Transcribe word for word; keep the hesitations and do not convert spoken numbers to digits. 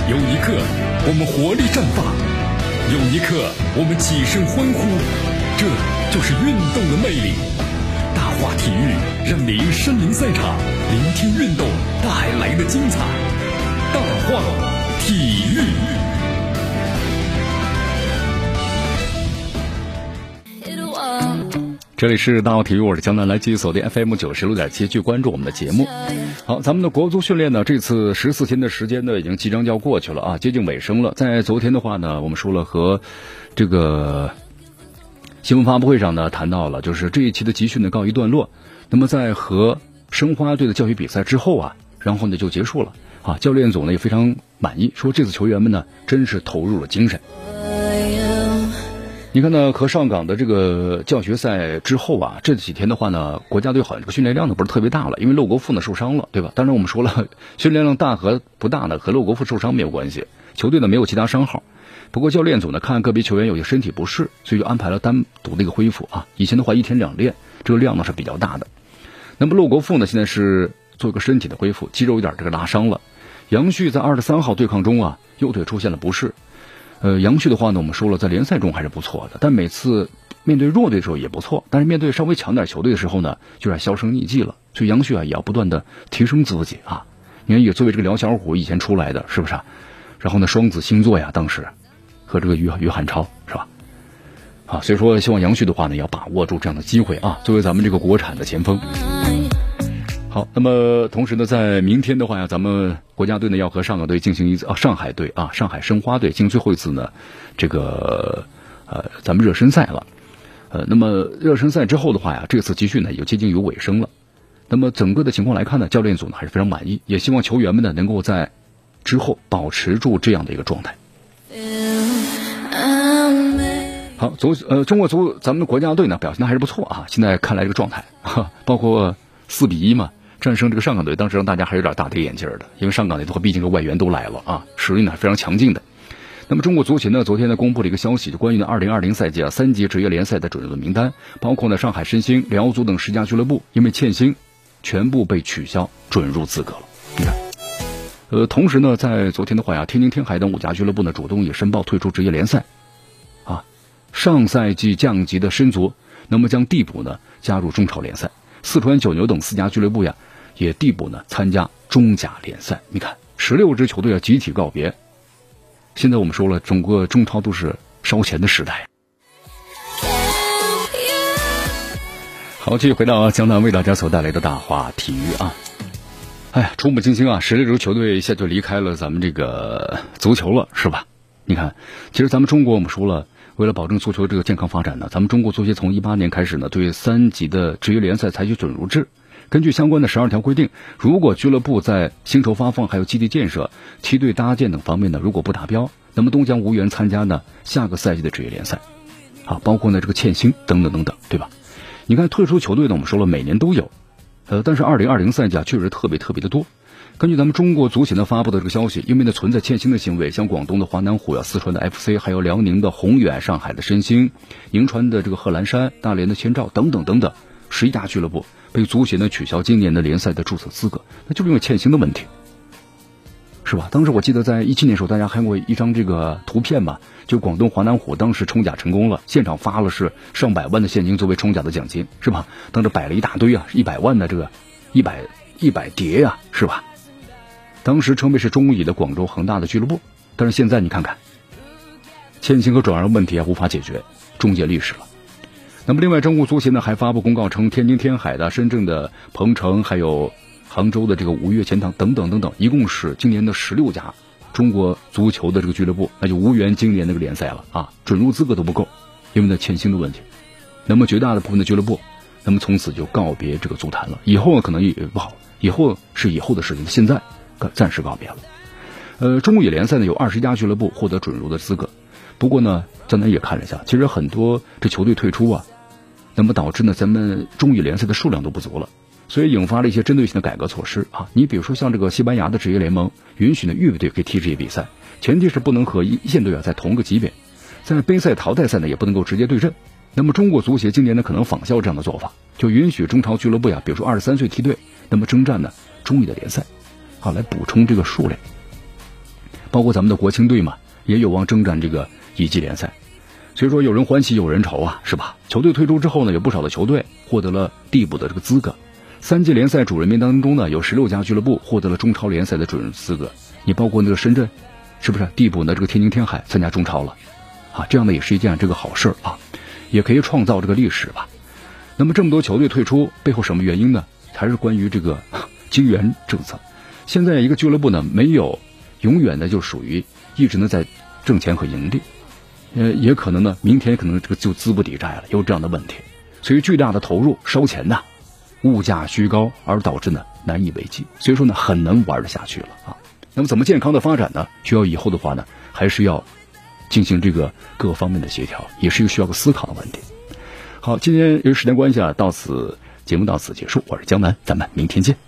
有一刻我们活力绽放，有一刻我们起身欢呼，这就是运动的魅力。大话体育让您身临赛场，聆听运动带来的精彩。大话体育。这里是大话体育，我是江南，来继续锁定 F M 九十六点七，去关注我们的节目。好，咱们的国足训练呢，这次十四天的时间呢，已经即将就要过去了啊，接近尾声了。在昨天的话呢，我们说了和这个新闻发布会上呢谈到了，就是这一期的集训呢告一段落。那么在和申花队的教学比赛之后啊，然后呢就结束了啊。教练组呢也非常满意，说这次球员们呢真是投入了精神。你看呢，和上港的这个教学赛之后啊，这几天的话呢，国家队好像这个训练量呢不是特别大了，因为骆国富呢受伤了，对吧？当然我们说了，训练量大和不大呢和骆国富受伤没有关系，球队呢没有其他伤号。不过教练组呢看个别球员有些身体不适，所以就安排了单独的一个恢复啊。以前的话一天两练，这个量呢是比较大的。那么骆国富呢现在是做一个身体的恢复，肌肉有点这个拉伤了。杨旭在二十三号对抗中啊，右腿出现了不适。呃，杨旭的话呢，我们说了，在联赛中还是不错的，但每次面对弱队的时候也不错，但是面对稍微强点球队的时候呢，就有点销声匿迹了。所以杨旭啊，也要不断的提升自己啊。你看，也作为这个辽小虎以前出来的，是不是啊？然后呢，双子星座呀，当时和这个于于汉超是吧？啊，所以说希望杨旭的话呢，要把握住这样的机会啊，作为咱们这个国产的前锋。好，那么同时呢，在明天的话呀，咱们国家队呢要和上港队进行一次啊，上海队啊，上海申花队进行最后一次呢，这个呃，咱们热身赛了。呃，那么热身赛之后的话呀，这次集训呢也接近于尾声了。那么整个的情况来看呢，教练组呢还是非常满意，也希望球员们呢能够在之后保持住这样的一个状态。好，足呃中国足咱们国家队呢表现的还是不错啊，现在看来这个状态，哈，包括四比一嘛。战胜这个上港队，当时让大家还有点大跌眼镜的，因为上港队的话，毕竟这个外援都来了啊，实力呢非常强劲的。那么中国足协呢，昨天呢公布了一个消息，就关于呢二零二零赛季啊三级职业联赛的准入的名单，包括呢上海申鑫、辽足等十家俱乐部，因为欠薪，全部被取消准入资格了。你看，呃，同时呢，在昨天的话呀，天津天海等五家俱乐部呢主动也申报退出职业联赛，啊，上赛季降级的申足，那么将递补呢加入中超联赛。四川九牛等四家俱乐部呀，也递补呢参加中甲联赛。你看，十六支球队要集体告别。现在我们说了，整个中超都是烧钱的时代。好，继续回到江南为大家所带来的大话体育啊。哎呀，触目惊心啊！十六支球队一下就离开了咱们这个足球了，是吧？你看，其实咱们中国我们说了。为了保证足球这个健康发展呢，咱们中国足协从一八年开始呢，对三级的职业联赛采取准入制。根据相关的十二条规定，如果俱乐部在薪酬发放、还有基地建设、梯队搭建等方面呢，如果不达标，那么都将无缘参加呢下个赛季的职业联赛。啊，包括呢这个欠薪等等等等，对吧？你看退出球队呢，我们说了每年都有，呃，但是二零二零赛季啊确实特别特别的多。根据咱们中国足协呢发布的这个消息，因为呢存在欠薪的行为，像广东的华南虎呀、四川的 F C， 还有辽宁的宏远、上海的申鑫、银川的这个贺兰山、大连的千兆等等等等，十一家俱乐部被足协呢取消今年的联赛的注册资格，那就是因为欠薪的问题，是吧？当时我记得在一七年的时候，大家看过一张这个图片嘛，就广东华南虎当时冲甲成功了，现场发了是上百万的现金作为冲甲的奖金，是吧？当时摆了一大堆啊，一百万的这个一百一百叠呀、啊，是吧？当时称为是中乙的广州恒大的俱乐部，但是现在你看看，欠薪和转让问题啊无法解决，终结历史了。那么另外，中国足协呢还发布公告称，天津天海的、深圳的鹏城，还有杭州的这个五岳钱塘等等等等，一共是今年的十六家中国足球的这个俱乐部，那就无缘今年那个联赛了啊，准入资格都不够，因为呢欠薪的问题。那么绝大的部分的俱乐部，那么从此就告别这个足坛了，以后可能也不好，以后是以后的事情，现在暂时告别了。呃，中乙联赛呢有二十家俱乐部获得准入的资格，不过呢，江南也看了一下，其实很多这球队退出啊，那么导致呢咱们中乙联赛的数量都不足了，所以引发了一些针对性的改革措施啊。你比如说像这个西班牙的职业联盟允许呢预备队可以踢这些比赛，前提是不能和一线队啊在同一个级别，在杯赛淘汰赛呢也不能够直接对阵。那么中国足协今年呢可能仿效这样的做法，就允许中超俱乐部呀，比如说二十三岁梯队，那么征战呢中乙的联赛。好，来补充这个数量，包包括咱们的国青队嘛，也有望征战这个乙级联赛。所以说有人欢喜有人愁啊，是吧？球队退出之后呢，有不少的球队获得了递补的这个资格。三届联赛主人名当中呢，有十六家俱乐部获得了中超联赛的准入资格。你包括那个深圳，是不是递补呢？这个天津天海参加中超了啊？这样的也是一件这个好事啊，也可以创造这个历史吧。那么这么多球队退出背后什么原因呢？还是关于这个金元政策。现在一个俱乐部呢，没有永远的就属于一直呢在挣钱和盈利。呃，也可能呢，明天可能这个就资不抵债了，有这样的问题，所以巨大的投入烧钱呐，物价虚高而导致呢难以为继，所以说呢很难玩得下去了啊。那么怎么健康的发展呢？需要以后的话呢，还是要进行这个各方面的协调，也是一个需要个思考的问题。好，今天由于时间关系啊，到此节目到此结束，我是江南，咱们明天见。